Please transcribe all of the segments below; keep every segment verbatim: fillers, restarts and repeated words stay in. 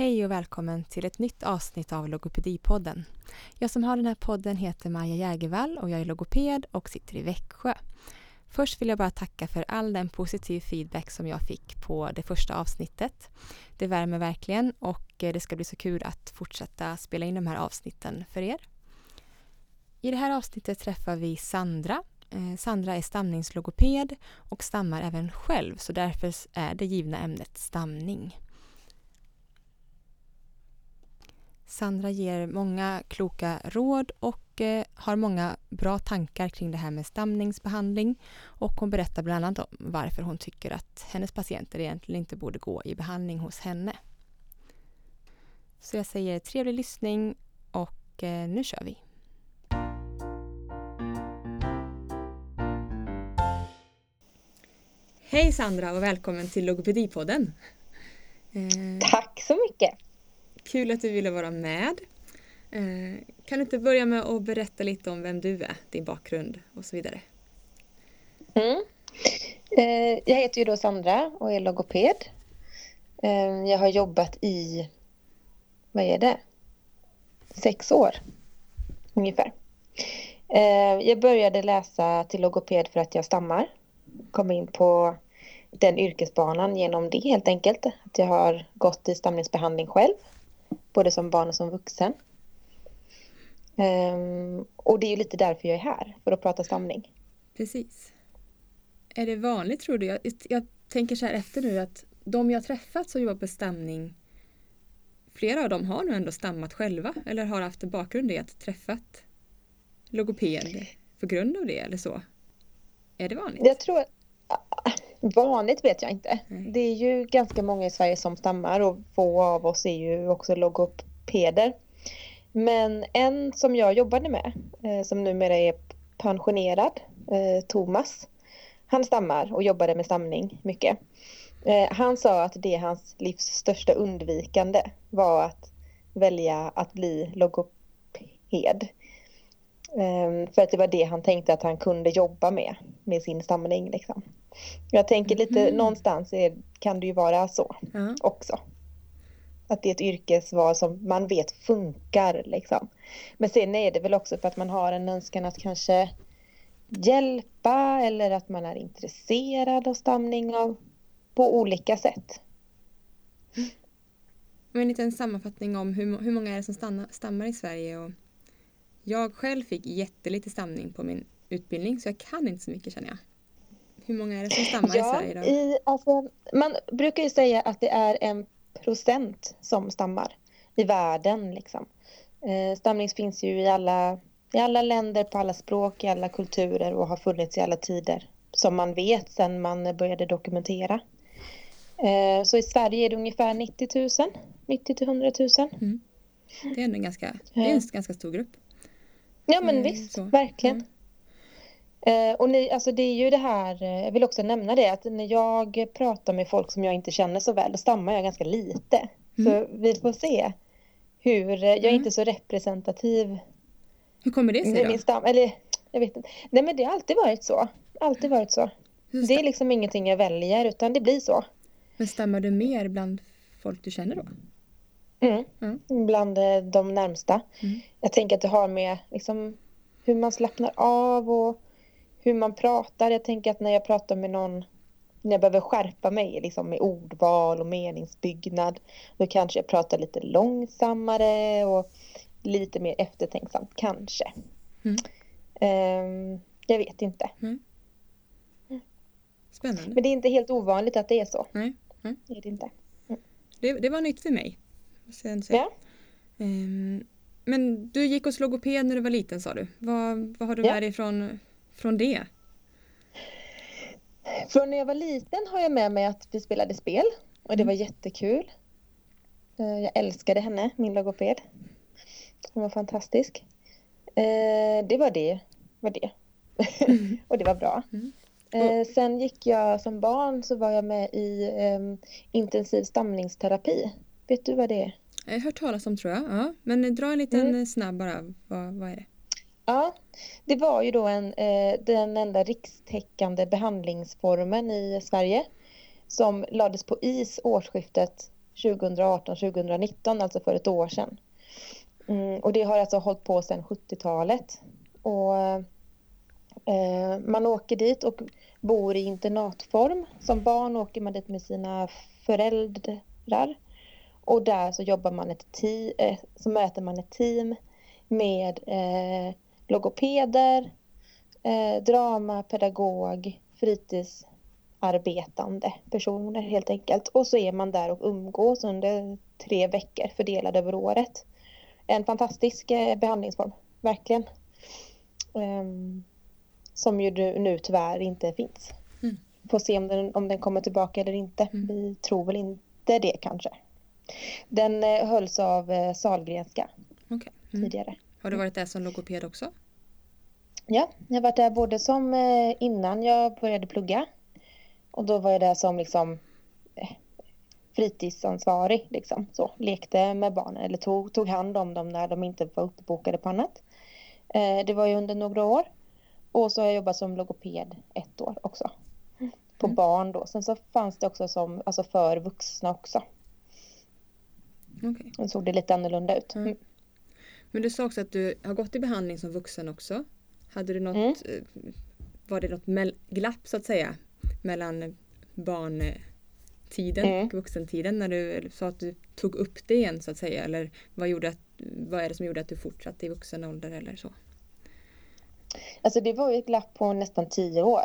Hej och välkommen till ett nytt avsnitt av Logopedipodden. Jag som har den här podden heter Maja Jägervall och jag är logoped och sitter i Växjö. Först vill jag bara tacka för all den positiv feedback som jag fick på det första avsnittet. Det värmer verkligen och det ska bli så kul att fortsätta spela in de här avsnitten för er. I det här avsnittet träffar vi Sandra. Sandra är stamningslogoped och stammar även själv, så därför är det givna ämnet stamning. Sandra ger många kloka råd och eh, har många bra tankar kring det här med stamningsbehandling, och hon berättar bland annat om varför hon tycker att hennes patienter egentligen inte borde gå i behandling hos henne. Så jag säger trevlig lyssning och eh, nu kör vi. Hej Sandra och välkommen till Logopedipodden. Eh, Tack så mycket. Kul att du ville vara med. Eh, kan du inte börja med att berätta lite om vem du är, din bakgrund och så vidare? Mm. Eh, jag heter ju då Sandra och är logoped. Eh, jag har jobbat i, vad är det? Sex år ungefär. Eh, jag började läsa till logoped för att jag stammar. Kom in på den yrkesbanan genom det helt enkelt. Att jag har gått i stamningsbehandling själv. Både som barn och som vuxen. Um, och det är ju lite därför jag är här. För att prata stamning. Precis. Är det vanligt tror du? Jag, jag tänker så här efter nu att de jag träffat som jobbar på stamning. Flera av dem har nog ändå stammat själva. Eller har haft en bakgrund i att träffat logoped på grund av det eller så. Är det vanligt? Jag tror... Vanligt vet jag inte. Nej. Det är ju ganska många i Sverige som stammar och få av oss är ju också logopeder. Men en som jag jobbade med, eh, som numera är pensionerad, eh, Thomas, han stammar och jobbade med stamning mycket. Eh, han sa att det är hans livs största undvikande var att välja att bli logoped. Eh, för att det var det han tänkte att han kunde jobba med, med sin stamning liksom. Jag tänker lite, mm. någonstans är, kan det ju vara så mm. också. Att det är ett yrkesval som man vet funkar liksom. Men sen är det väl också för att man har en önskan att kanske hjälpa eller att man är intresserad av stamning av, på olika sätt. Men en liten sammanfattning om hur, hur många är det som stannar, stammar i Sverige. Och jag själv fick jättelite stamning på min utbildning så jag kan inte så mycket känner jag. Hur många är det som stammar ja, i Sverige då? I, alltså, man brukar ju säga att det är en procent som stammar i världen. Liksom. Eh, stamning finns ju i alla, i alla länder, på alla språk, i alla kulturer och har funnits i alla tider. Som man vet sedan man började dokumentera. Eh, så i Sverige är det ungefär nittio tusen, nittio till hundra tusen. Mm. Det är ändå en ganska, det är en ganska stor grupp. Ja men eh, visst, så. Verkligen. Mm. Eh, och ni, alltså det är ju det här, eh, jag vill också nämna det, att när jag pratar med folk som jag inte känner så väl, då stammar jag ganska lite. Mm. Så vi får se hur, eh, jag är mm. inte så representativ. Hur kommer det sig med då? Min stam, eller, jag vet inte. Nej men det har alltid varit så. Alltid varit så. Det är liksom ingenting jag väljer, utan det blir så. Men stammar du mer bland folk du känner då? Mm, mm. Bland eh, de närmsta. Mm. Jag tänker att det har med liksom, hur man slappnar av och hur man pratar. Jag tänker att när jag pratar med någon, när jag behöver skärpa mig liksom med ordval och meningsbyggnad, då kanske jag pratar lite långsammare och lite mer eftertänksamt kanske. Mm. Um, jag vet inte. Mm. Spännande. Men det är inte helt ovanligt att det är så. Nej. Mm. Det är det inte. Mm. Det, det var nytt för mig. Sen, ja. Um, men du gick hos logoped när du var liten sa du. Vad, vad har du ja. med dig från, från det? Från när jag var liten har jag med mig att vi spelade spel. Och det mm. var jättekul. Jag älskade henne, min logoped. Hon var fantastisk. Det var det. Var det. Mm. Och det var bra. Mm. Och sen gick jag som barn, så var jag med i um, intensiv stamningsterapi. Vet du vad det är? Jag har hört talas om tror jag. Ja. Men dra en liten mm. snabb bara. Vad, vad är det? Ja, det var ju då en, eh, den enda rikstäckande behandlingsformen i Sverige som lades på is årsskiftet tjugoarton tjugonitton, alltså för ett år sedan. Mm, och det har alltså hållit på sedan sjuttiotalet. Och eh, man åker dit och bor i internatform. Som barn åker man dit med sina föräldrar. Och där så jobbar man ett te- eh, så möter man ett team med eh, logopeder, eh, dramapedagog, fritidsarbetande personer helt enkelt. Och så är man där och umgås under tre veckor fördelade över året. En fantastisk eh, behandlingsform, verkligen. Um, som ju nu tyvärr inte finns. Mm. Får se om den, om den kommer tillbaka eller inte. Mm. Vi tror väl inte det kanske. Den eh, hölls av eh, Sahlgrenska okay. mm. tidigare. Har du varit där som logoped också? Ja, jag har varit där både som eh, innan jag började plugga. Och då var jag där som liksom eh, fritidsansvarig. Liksom, så, lekte med barnen eller tog, tog hand om dem när de inte var uppbokade på annat. Eh, det var ju under några år. Och så har jag jobbat som logoped ett år också. På mm. barn då. Sen så fanns det också som, alltså för vuxna också. Okay. Då såg det lite annorlunda ut. Mm. Men du sa också att du har gått i behandling som vuxen också. Hade du något, mm. var det något mell- glapp så att säga mellan barntiden mm. och vuxentiden när du sa att du tog upp det igen så att säga? Eller vad, gjorde att, vad är det som gjorde att du fortsatte i vuxen ålder eller så? Alltså det var ju ett glapp på nästan tio år.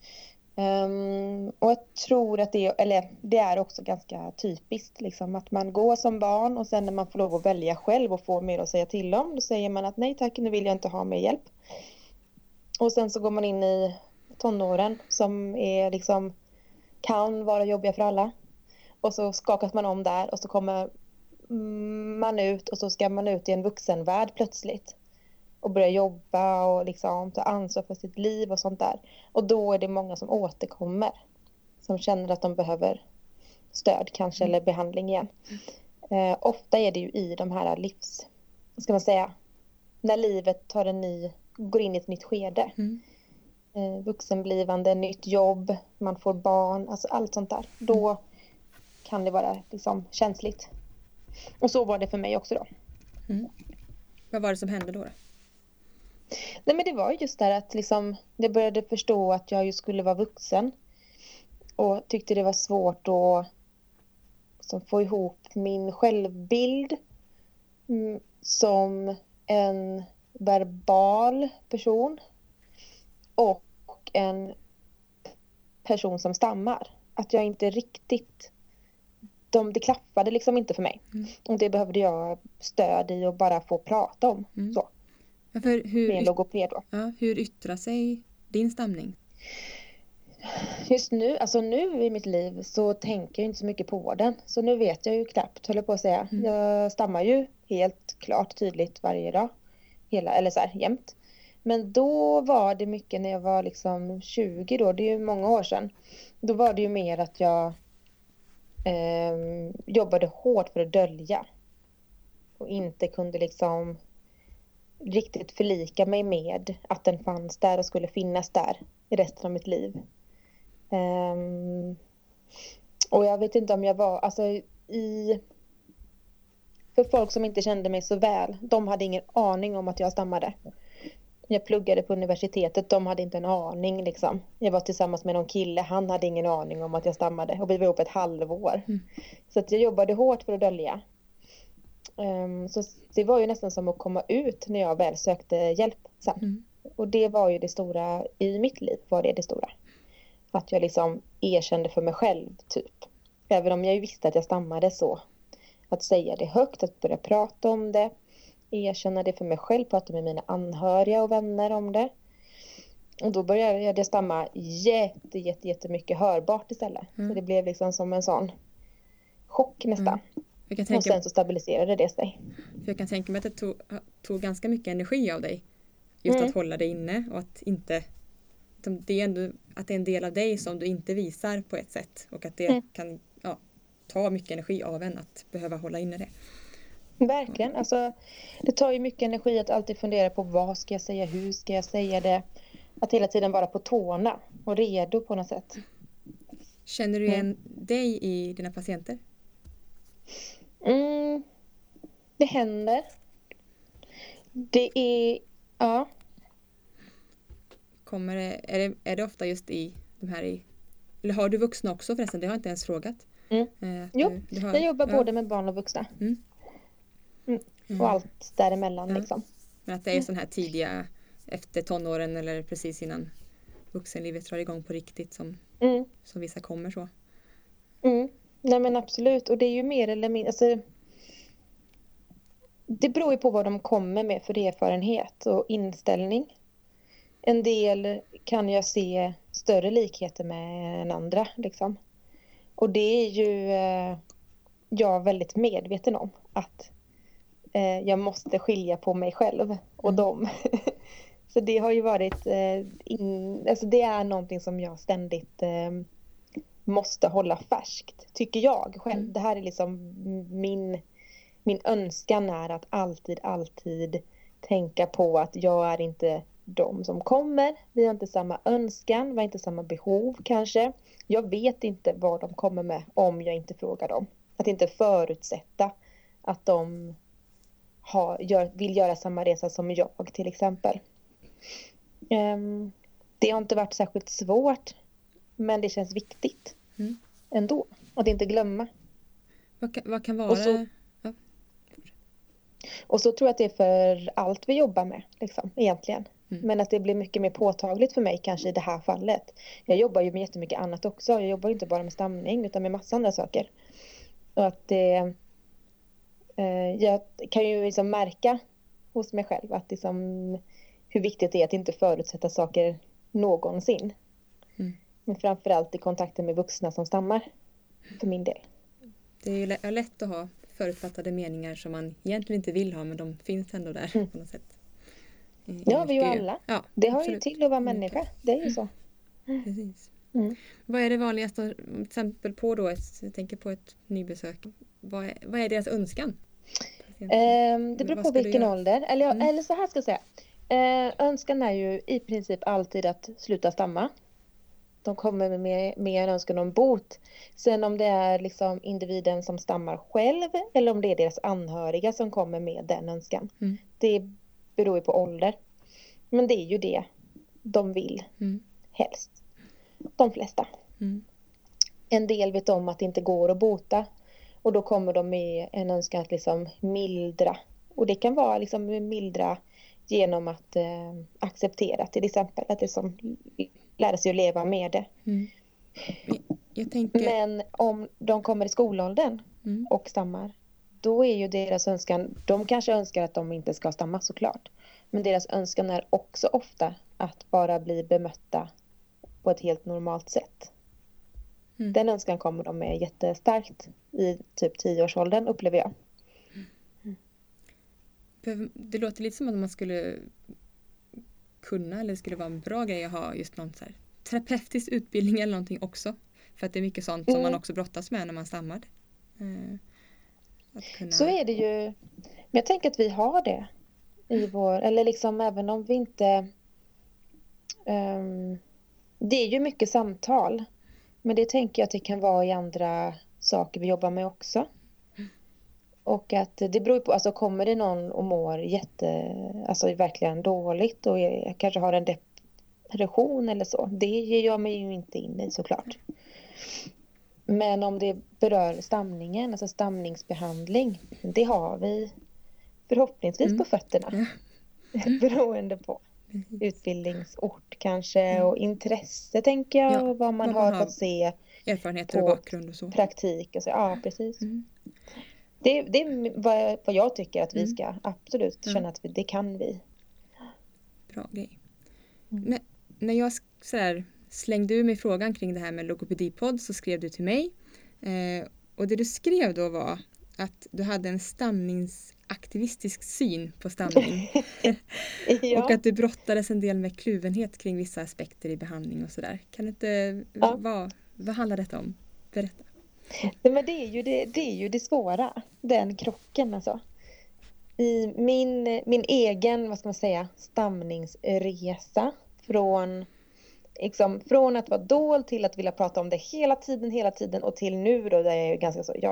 Um, och jag tror att det, eller det är också ganska typiskt liksom, att man går som barn och sen när man får lov att välja själv och får mer att säga till om, då säger man att nej tack, nu vill jag inte ha mer hjälp. Och sen så går man in i tonåren som är liksom, kan vara jobbiga för alla. Och så skakas man om där och så kommer man ut och så ska man ut i en vuxenvärld plötsligt. Och börja jobba och liksom ta ansvar för sitt liv och sånt där. Och då är det många som återkommer. Som känner att de behöver stöd kanske mm. eller behandling igen. Mm. Eh, ofta är det ju i de här livs... Vad ska man säga? När livet tar en ny... Går in i ett nytt skede. Mm. Eh, vuxenblivande, nytt jobb. Man får barn. Alltså allt sånt där. Då mm. kan det vara liksom känsligt. Och så var det för mig också då. Mm. Vad var det som hände då? då? Nej, men det var just där att liksom, jag började förstå att jag ju skulle vara vuxen. Och tyckte det var svårt att liksom, få ihop min självbild mm, som en verbal person. Och en person som stammar. Att jag inte riktigt... De, det klaffade liksom inte för mig. Mm. Och det behövde jag stöd i och bara få prata om. Mm. Så. För hur, med en logoped då. Ja, hur yttrar sig din stamning? Just nu, alltså nu i mitt liv så tänker jag inte så mycket på den. Så nu vet jag ju knappt, höll jag på att säga. Mm. Jag stammar ju helt klart tydligt varje dag. Hela, eller så här, jämt. Men då var det mycket när jag var liksom tjugo då, det är ju många år sedan. Då var det ju mer att jag eh, jobbade hårt för att dölja. Och inte kunde liksom riktigt förlika mig med att den fanns där och skulle finnas där i resten av mitt liv. Um, och jag vet inte om jag var, alltså i, för folk som inte kände mig så väl, de hade ingen aning om att jag stammade. Jag pluggade på universitetet, de hade inte en aning liksom. Jag var tillsammans med någon kille, han hade ingen aning om att jag stammade och vi var ihop ett halvår. Mm. Så att jag jobbade hårt för att dölja. Um, så det var ju nästan som att komma ut när jag väl sökte hjälp sen. Mm. Och det var ju det stora i mitt liv, var det det stora. Att jag liksom erkände för mig själv typ. Även om jag ju visste att jag stammade så. Att säga det högt, att börja prata om det. Erkänna det för mig själv, prata med mina anhöriga och vänner om det. Och då började jag stamma jätte, jätte, jättemycket hörbart istället. Mm. Så det blev liksom som en sån chock nästan. Mm. Jag kan tänka... Och sen så stabiliserade det sig. För jag kan tänka mig att det tog, tog ganska mycket energi av dig. Just mm. att hålla det inne och att inte... Det är ändå, att det är en del av dig som du inte visar på ett sätt. Och att det mm. kan ja, ta mycket energi av en att behöva hålla inne det. Verkligen. Alltså, det tar ju mycket energi att alltid fundera på vad ska jag säga, hur ska jag säga det. Att hela tiden vara på tårna och redo på något sätt. Känner du igen mm. dig i dina patienter? Mm, det händer. Det är, ja. Kommer det, är, det, är det ofta just i de här i, eller har du vuxna också förresten? Det har jag inte ens frågat. Mm. Eh, Jo, du, du har, jag jobbar ja. både med barn och vuxna. Mm. Mm. Mm. Och allt däremellan Ja. liksom. Men att det är sån här tidiga efter tonåren eller precis innan vuxenlivet drar igång på riktigt som, Mm. som vissa kommer så. Mm. Nej men absolut. Och det är ju mer eller mindre, alltså, det beror ju på vad de kommer med för erfarenhet och inställning. En del kan jag se större likheter med än andra liksom. Och det är ju eh, jag väldigt medveten om att eh, jag måste skilja på mig själv och Mm. dem. Så det har ju varit eh, in, alltså det är någonting som jag ständigt eh, måste hålla färskt, tycker jag själv. Mm. Det här är liksom min, min önskan är att alltid, alltid tänka på att jag är inte de som kommer. Vi har inte samma önskan, vi har inte samma behov kanske. Jag vet inte vad de kommer med om jag inte frågar dem. Att inte förutsätta att de har, gör, vill göra samma resa som jag till exempel. Um, det har inte varit särskilt svårt, men det känns viktigt Mm. ändå. Att inte glömma. Vad kan, vad kan vara... Och så, ja. och så tror jag att det är för allt vi jobbar med, liksom, egentligen. Mm. Men att det blir mycket mer påtagligt för mig kanske i det här fallet. Jag jobbar ju med jättemycket annat också. Jag jobbar ju inte bara med stamning utan med massa andra saker. Och att det... Eh, jag kan ju liksom märka hos mig själv att liksom, hur viktigt det är att inte förutsätta saker någonsin. Mm. Men framförallt i kontakten med vuxna som stammar. För min del. Det är lä- lätt att ha förutfattade meningar som man egentligen inte vill ha, men de finns ändå där Mm. på något sätt. Det har vi ju alla. Ja, det har absolut. ju till att vara människa. Det är ju så. Precis. Mm. Vad är det vanligaste, till exempel på då, ett, jag tänker på ett nybesök. Vad är, vad är deras önskan? Um, det beror Vad på ska du vilken göra? ålder. Eller, Mm. eller så här ska jag säga. Uh, önskan är ju i princip alltid att sluta stamma. De kommer med, med en önskan om bot. Sen om det är liksom individen som stammar själv eller om det är deras anhöriga som kommer med den önskan. Mm. Det beror ju på ålder. Men det är ju det de vill Mm. helst. De flesta. Mm. En del vet om att det inte går att bota. Och då kommer de med en önskan att liksom mildra. Och det kan vara liksom mildra genom att eh, acceptera till exempel. Att det som lära sig att leva med det. Mm. Jag, jag tänker... Men om de kommer i skolåldern Mm. och stammar. Då är ju deras önskan. De kanske önskar att de inte ska stamma såklart. Men deras önskan är också ofta att bara bli bemötta på ett helt normalt sätt. Mm. Den önskan kommer de med jättestarkt i typ tioårsåldern upplever jag. Det låter lite som att man skulle kunna, eller det skulle vara en bra grej att ha just någon så här terapeutisk utbildning eller någonting också. För att det är mycket sånt som Mm. man också brottas med när man stammar. Eh, att kunna... Så är det ju. Men jag tänker att vi har det i vår, eller liksom även om vi inte um, det är ju mycket samtal. Men det tänker jag att det kan vara i andra saker vi jobbar med också. Och att det beror på, alltså kommer det någon och mår jätte, alltså verkligen dåligt och jag kanske har en depression eller så. Det ger jag mig ju inte in i såklart. Men om det berör stamningen, alltså stamningsbehandling, det har vi förhoppningsvis Mm. på fötterna. Mm. Beroende på utbildningsort kanske Mm. och intresse tänker jag. Ja, och vad man vad har man har fått se. Erfarenheter och på bakgrund och så. Praktik och så. Ja, precis. Mm. Det, det är vad, vad jag tycker att vi Mm. ska absolut Ja. känna att vi, det kan vi. Bra grej. Mm. När, när jag så där, slängde ur mig frågan kring det här med logopedipodd så skrev du till mig. Eh, och det du skrev då var att du hade en stamningsaktivistisk syn på stamning. Ja. Och att du brottades en del med kluvenhet kring vissa aspekter i behandling och sådär. Kan du inte, Ja. vad, vad handlar detta om? Berätta. Nej, men det är ju det, det är ju det svåra, den krocken alltså. I min, min egen, vad ska man säga, stamningsresa från, liksom, från att vara dold till att vilja prata om det hela tiden, hela tiden och till nu då där jag är ganska så, ja ja,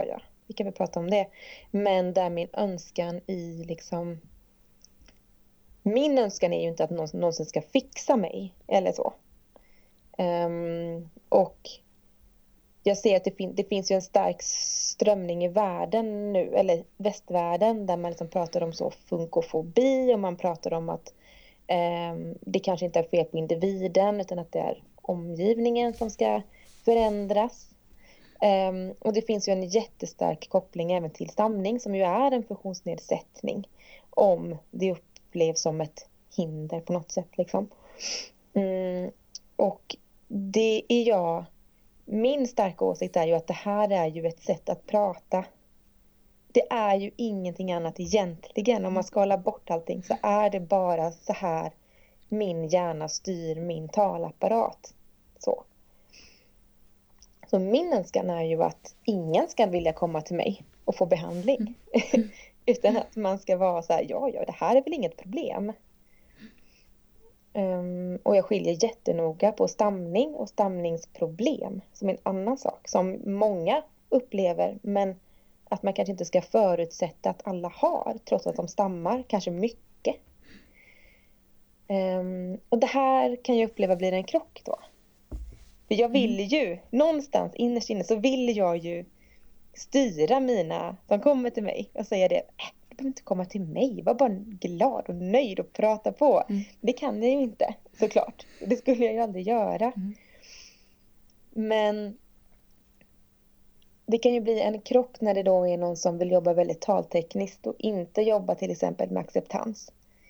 Vi kan väl prata om det. Men där min önskan i liksom... Min önskan är ju inte att någon någonsin ska fixa mig. Eller så. Um, och jag ser att det, fin- det finns ju en stark strömning i världen nu. Eller västvärlden. Där man liksom pratar om så funkofobi. Och man pratar om att um, det kanske inte är fel på individen. Utan att det är omgivningen som ska förändras. Um, och det finns ju en jättestark koppling även till stamning som ju är en funktionsnedsättning om det upplevs som ett hinder på något sätt liksom. Mm, och det är jag, min starka åsikt är ju att det här är ju ett sätt att prata. Det är ju ingenting annat egentligen. Om man skalar bort allting så är det bara så här min hjärna styr min talapparat. Så. Så min önskan är ju att ingen ska vilja komma till mig och få behandling. Mm. Utan att man ska vara så här, ja, ja, det här är väl inget problem. Um, och jag skiljer jättenoga på stamning och stamningsproblem som en annan sak. Som många upplever, men att man kanske inte ska förutsätta att alla har, trots att de stammar, kanske mycket. Um, och det här kan jag uppleva blir en krock då. För jag vill ju, någonstans innerst inne så vill jag ju styra mina som kommer till mig och säga det. Äh, du behöver inte komma till mig, var bara glad och nöjd och prata på. Mm. Det kan jag ju inte, såklart. Det skulle jag ju aldrig göra. Mm. Men det kan ju bli en krock när det då är någon som vill jobba väldigt taltekniskt och inte jobba till exempel med acceptans.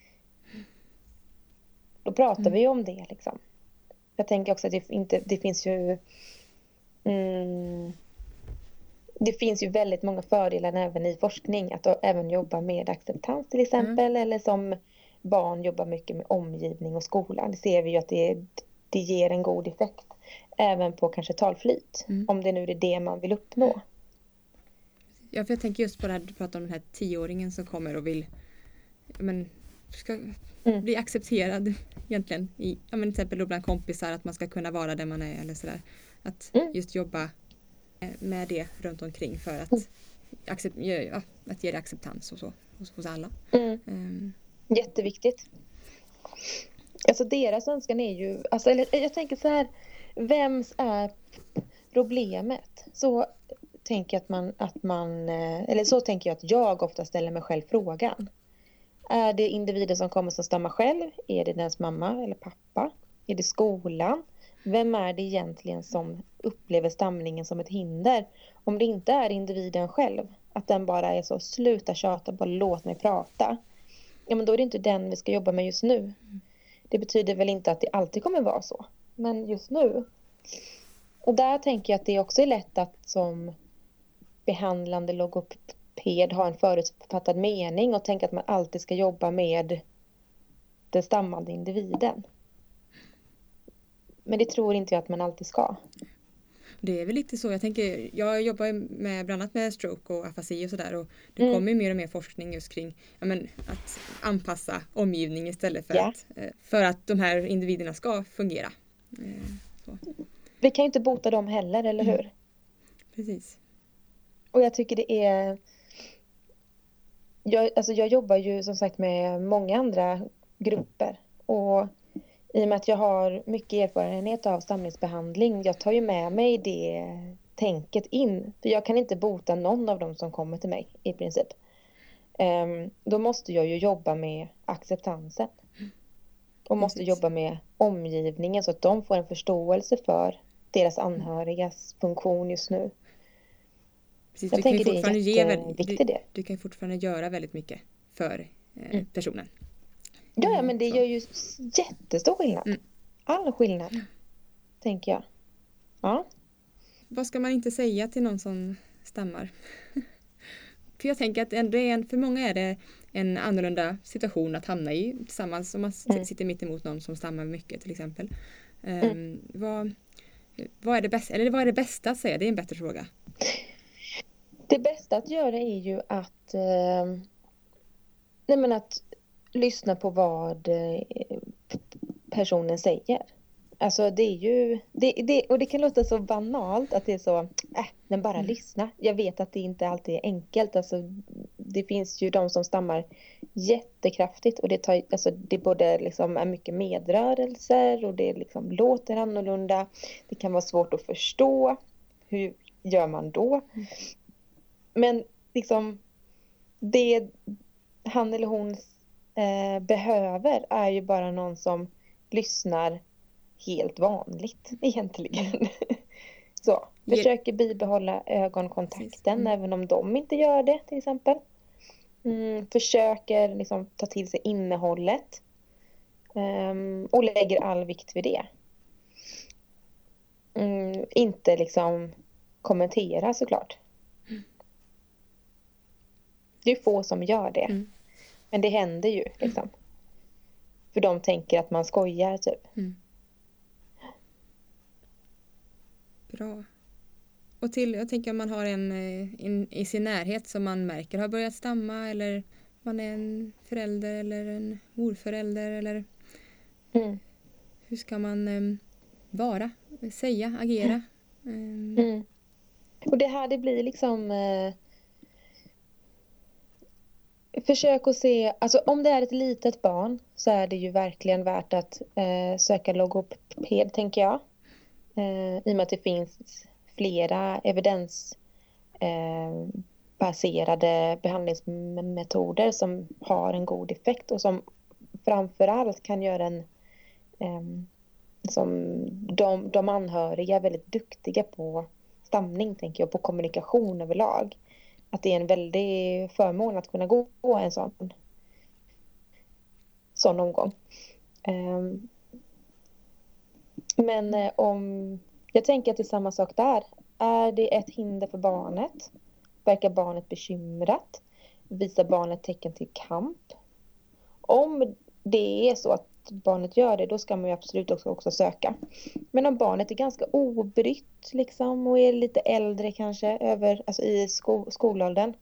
Då pratar mm. vi ju om det liksom. Jag tänker också att det, inte, det finns ju mm, det finns ju väldigt många fördelar även i forskning att även jobba med acceptans till exempel mm. eller som barn jobbar mycket med omgivning och skola. Det ser vi ju att det, det ger en god effekt även på kanske talflyt mm. om det nu är det man vill uppnå. Ja, för jag tänker just på det här, du pratar om den här tioåringen som kommer och vill men ska mm. bli accepterad egentligen i, ja, men till exempel bland kompisar att man ska kunna vara där man är eller sådär. Att mm. just jobba med det runt omkring för att, mm. accept, ja, att ge det acceptans och så hos, hos alla. Mm. Um. Jätteviktigt. Alltså deras önskan är ju, alltså, eller, jag tänker så här, vems är problemet? Så tänker jag att man, att man, eller så tänker jag att jag ofta ställer mig själv frågan. Är det individer som kommer som stammar själv? Är det dens mamma eller pappa? Är det skolan? Vem är det egentligen som upplever stamningen som ett hinder? Om det inte är individen själv, att den bara är så, sluta tjata, bara låt mig prata. Ja, men då är det inte den vi ska jobba med just nu. Det betyder väl inte att det alltid kommer vara så. Men just nu. Och där tänker jag att det också är lätt att som behandlande logoped ha en förutfattad mening och tänka att man alltid ska jobba med den stammande individen. Men det tror inte jag att man alltid ska. Det är väl lite så. Jag tänker, jag jobbar med bland annat med stroke och afasi och sådär. Och det mm. kommer mer och mer forskning just kring ja, men, att anpassa omgivning istället för, yeah. att, för att de här individerna ska fungera. Så. Vi kan ju inte bota dem heller, eller hur? Mm. Precis. Och jag tycker det är... Jag, alltså jag jobbar ju som sagt med många andra grupper. Och i och med att jag har mycket erfarenhet av stamningsbehandling, jag tar ju med mig det tänket in. För jag kan inte bota någon av dem som kommer till mig i princip. Um, då måste jag ju jobba med acceptansen. Och måste Precis. jobba med omgivningen så att de får en förståelse för deras anhörigas funktion just nu. Precis, jag tänker det är jätteviktigt det. Du kan fortfarande göra väldigt mycket för eh, mm. personen. Ja, ja, men det så. Gör ju jättestor skillnad. Mm. All skillnad, mm. tänker jag. Ja. Vad ska man inte säga till någon som stammar? För jag tänker att ändå är en, för många är det en annorlunda situation att hamna i tillsammans om man mm. sitter mitt emot någon som stammar mycket till exempel. Um, mm. vad, vad, är det bästa, eller vad är det bästa att säga? Det är en bättre fråga. Det bästa att göra är ju att, eh, nej men att lyssna på vad personen säger. Alltså det är ju, det, det, och det kan låta så banalt att det är så, äh, men bara Mm. lyssna. Jag vet att det inte alltid är enkelt. Alltså, det finns ju de som stammar jättekraftigt och det, tar, alltså, det både liksom är mycket medrörelser och det liksom låter annorlunda. Det kan vara svårt att förstå. Hur gör man då? Mm. Men liksom det han eller hon eh, behöver är ju bara någon som lyssnar helt vanligt egentligen. Så, Ge- försöker bibehålla ögonkontakten Mm. även om de inte gör det till exempel. Mm, försöker liksom ta till sig innehållet um, och lägger all vikt vid det. Mm, inte liksom kommentera såklart. Mm. Det är få som gör det. Mm. Men det händer ju liksom. För de tänker att man skojar typ. Mm. Bra. Och till, jag tänker om man har en in, i sin närhet som man märker har börjat stamma eller man är en förälder eller en morförälder eller Mm. hur ska man um, vara, säga, agera? Um, Mm. Och det här det blir liksom eh, försök att se, alltså om det är ett litet barn så är det ju verkligen värt att eh, söka logoped tänker jag. Eh, I och med att det finns flera evidensbaserade eh, behandlingsmetoder som har en god effekt och som framförallt kan göra en eh, som de, de anhöriga är väldigt duktiga på stamning tänker jag, på kommunikation överlag. Att det är en väldig förmån att kunna gå en sån, sån omgång. Um, men eh, om jag tänker att det är samma sak där. Är det ett hinder för barnet? Verkar barnet bekymrat? Visar barnet tecken till kamp? Om det är så att barnet gör det, då ska man ju absolut också, också söka. Men om barnet är ganska obrytt liksom, och är lite äldre kanske över, alltså i sko- skolåldern.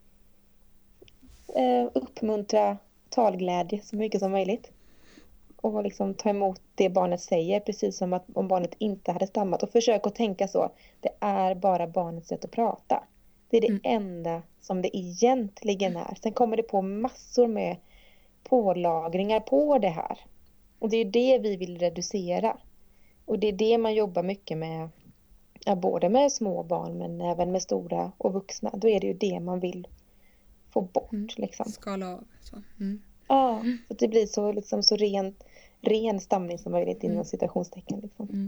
Eh, uppmuntra talglädje så mycket som möjligt. Och liksom ta emot det barnet säger, precis som att om barnet inte hade stammat. Och försök att tänka så, det är bara barnets sätt att prata. Det är det Mm. enda som det egentligen är. Sen kommer det på massor med pålagringar på det här. Och det är det vi vill reducera. Och det är det man jobbar mycket med. Ja, både med små barn men även med stora och vuxna. Då är det ju det man vill få bort. Mm. Liksom. Skala av. Så. Mm. Ja, så att det blir så, liksom, så ren, ren stamning som möjligt inom Mm. citationstecken. Liksom. Mm.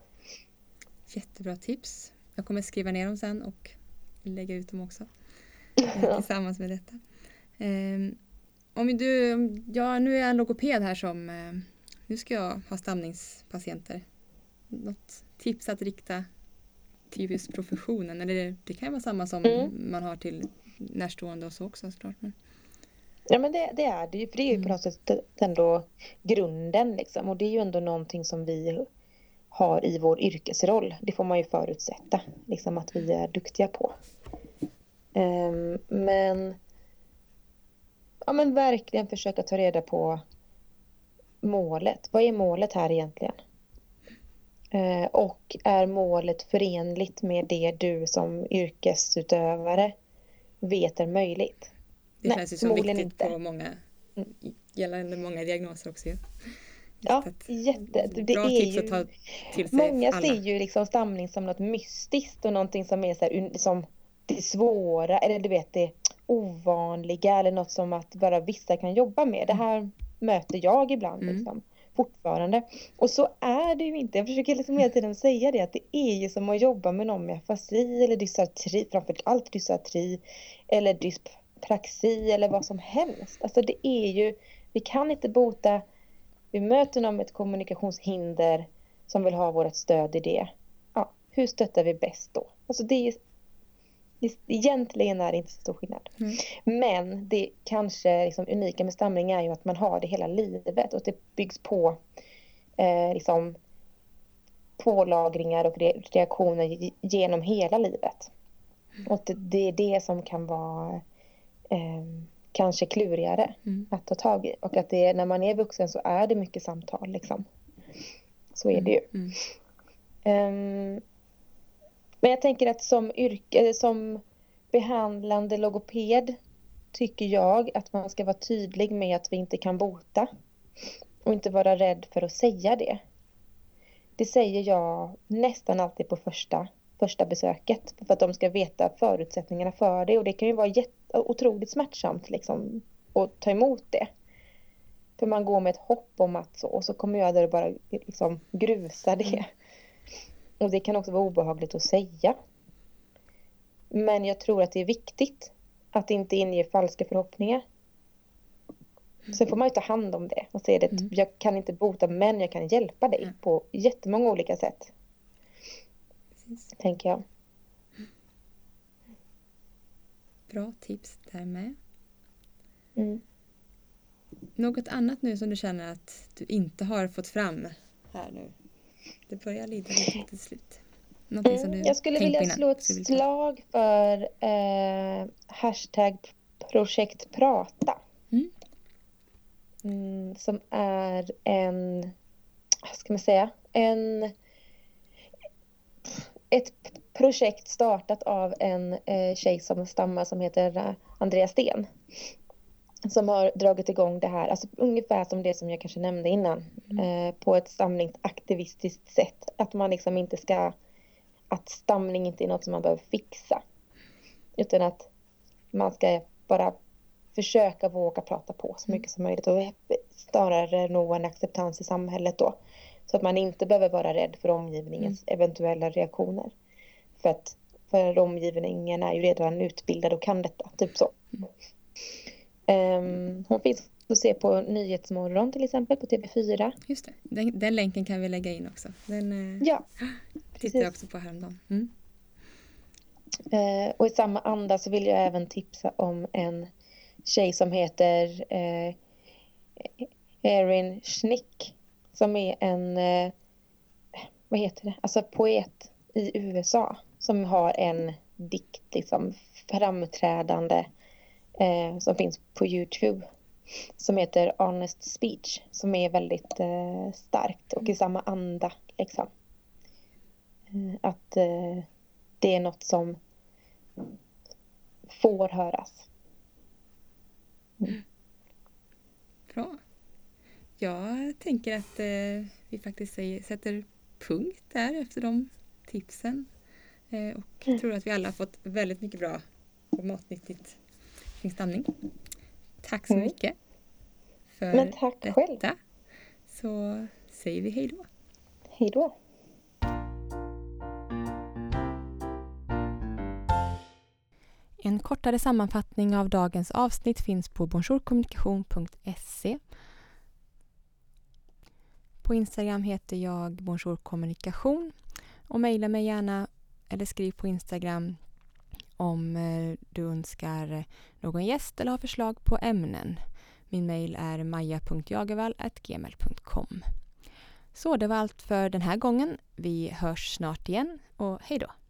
Jättebra tips. Jag kommer skriva ner dem sen och lägga ut dem också. Eh, tillsammans med detta. Eh, om du, ja, nu är jag en logoped här som, eh, nu ska jag ha stamningspatienter. Något tips att rikta till just professionen? Eller det, det kan ju vara samma som Mm. man har till närstående och så också såklart. Men... Ja men det, det är det ju, för det är ju Mm. på något sätt ändå grunden liksom. Och det är ju ändå någonting som vi har i vår yrkesroll. Det får man ju förutsätta liksom, att vi är duktiga på. Um, men ja men verkligen försöka ta reda på målet. Vad är målet här egentligen? Uh, och är målet förenligt med det du som yrkesutövare vet är möjligt? Det Nej, känns ju som förmodligen viktigt inte. på många, gällande många diagnoser också. Just Ja, att- jätte. Det bra är tips ju, att ta till sig många alla. ser ju liksom stamning som något mystiskt och någonting som är så här, som det svåra eller du vet det ovanliga eller något som att bara vissa kan jobba med. Det här möter jag ibland Mm. liksom, fortfarande. Och så är det ju inte. Jag försöker liksom hela tiden säga det att det är ju som att jobba med någon med afasi eller dysartri, framförallt dysartri eller dyspraxi eller vad som helst. Alltså det är ju, vi kan inte bota. Vi möter någon med ett kommunikationshinder som vill ha vårt stöd i det. Ja, hur stöttar vi bäst då? Alltså det är, egentligen är det inte så stor skillnad. Mm. Men det kanske liksom unika med stamning är ju att man har det hela livet och att det byggs på eh, liksom pålagringar och reaktioner genom hela livet. Mm. Och det, det är det som kan vara eh, kanske klurigare Mm. att ta tag i. Och att det, när man är vuxen så är det mycket samtal liksom. Så är det ju. Mm. Um, men jag tänker att som yrke, som behandlande logoped tycker jag att man ska vara tydlig med att vi inte kan bota. Och inte vara rädd för att säga det. Det säger jag nästan alltid på första, första besöket. För att de ska veta förutsättningarna för det. Och det kan ju vara jätte, otroligt smärtsamt liksom, att ta emot det. För man går med ett hopp om att så. Och så kommer jag där och bara liksom, grusa det. Mm. Och det kan också vara obehagligt att säga. Men jag tror att det är viktigt att inte inge falska förhoppningar. Sen får man ju ta hand om det och säga att mm. jag kan inte bota, men jag kan hjälpa dig mm. på jättemånga olika sätt. Precis. Tänker jag. Bra tips där med. Mm. Något annat nu som du känner att du inte har fått fram här nu? Det börjar lida lite till slut. Mm. Som du jag skulle vilja slå ett slag för eh, hashtag projekt prata. Mm. Mm, som är en, vad ska man säga, en ett projekt startat av en eh, tjej som stammar som heter eh, Andrea Sten. Som har dragit igång det här, alltså ungefär som det som jag kanske nämnde innan. Mm. Eh, på ett stamningsaktivistiskt sätt. Att man liksom inte ska, att stamning inte är något som man behöver fixa. Utan att man ska bara försöka våga prata på så mycket som möjligt. Och snarare nå en acceptans i samhället då. Så att man inte behöver vara rädd för omgivningens mm. eventuella reaktioner. För att för omgivningen är ju redan utbildad och kan detta. Typ så. Mm. Um, hon finns att se på Nyhetsmorgon till exempel på T V fyra. Just det. Den, den länken kan vi lägga in också. Den eh, ja, tittar jag också på häromdagen. Mm. Uh, och i samma anda så vill jag även tipsa om en tjej som heter uh, Erin Schnick. Som är en uh, vad heter det? Alltså poet i U S A. Som har en dikt liksom framträdande Eh, som finns på YouTube som heter Honest Speech som är väldigt eh, starkt och i samma anda liksom. Eh, att eh, det är något som får höras. Mm. Bra. Jag tänker att eh, vi faktiskt säger, sätter punkt där efter de tipsen eh, och mm. tror att vi alla har fått väldigt mycket bra och matnyttigt stamning. Tack så mm. mycket för Men tack detta. Själv. Så säger vi hej då. Hej då. En kortare sammanfattning av dagens avsnitt finns på bonjourkommunikation punkt se. På Instagram heter jag bonjourkommunikation och mejla mig gärna eller skriv på Instagram om du önskar någon gäst eller har förslag på ämnen. Min mejl är maja punkt jagervall at gmail punkt com. Så det var allt för den här gången. Vi hörs snart igen och hej då!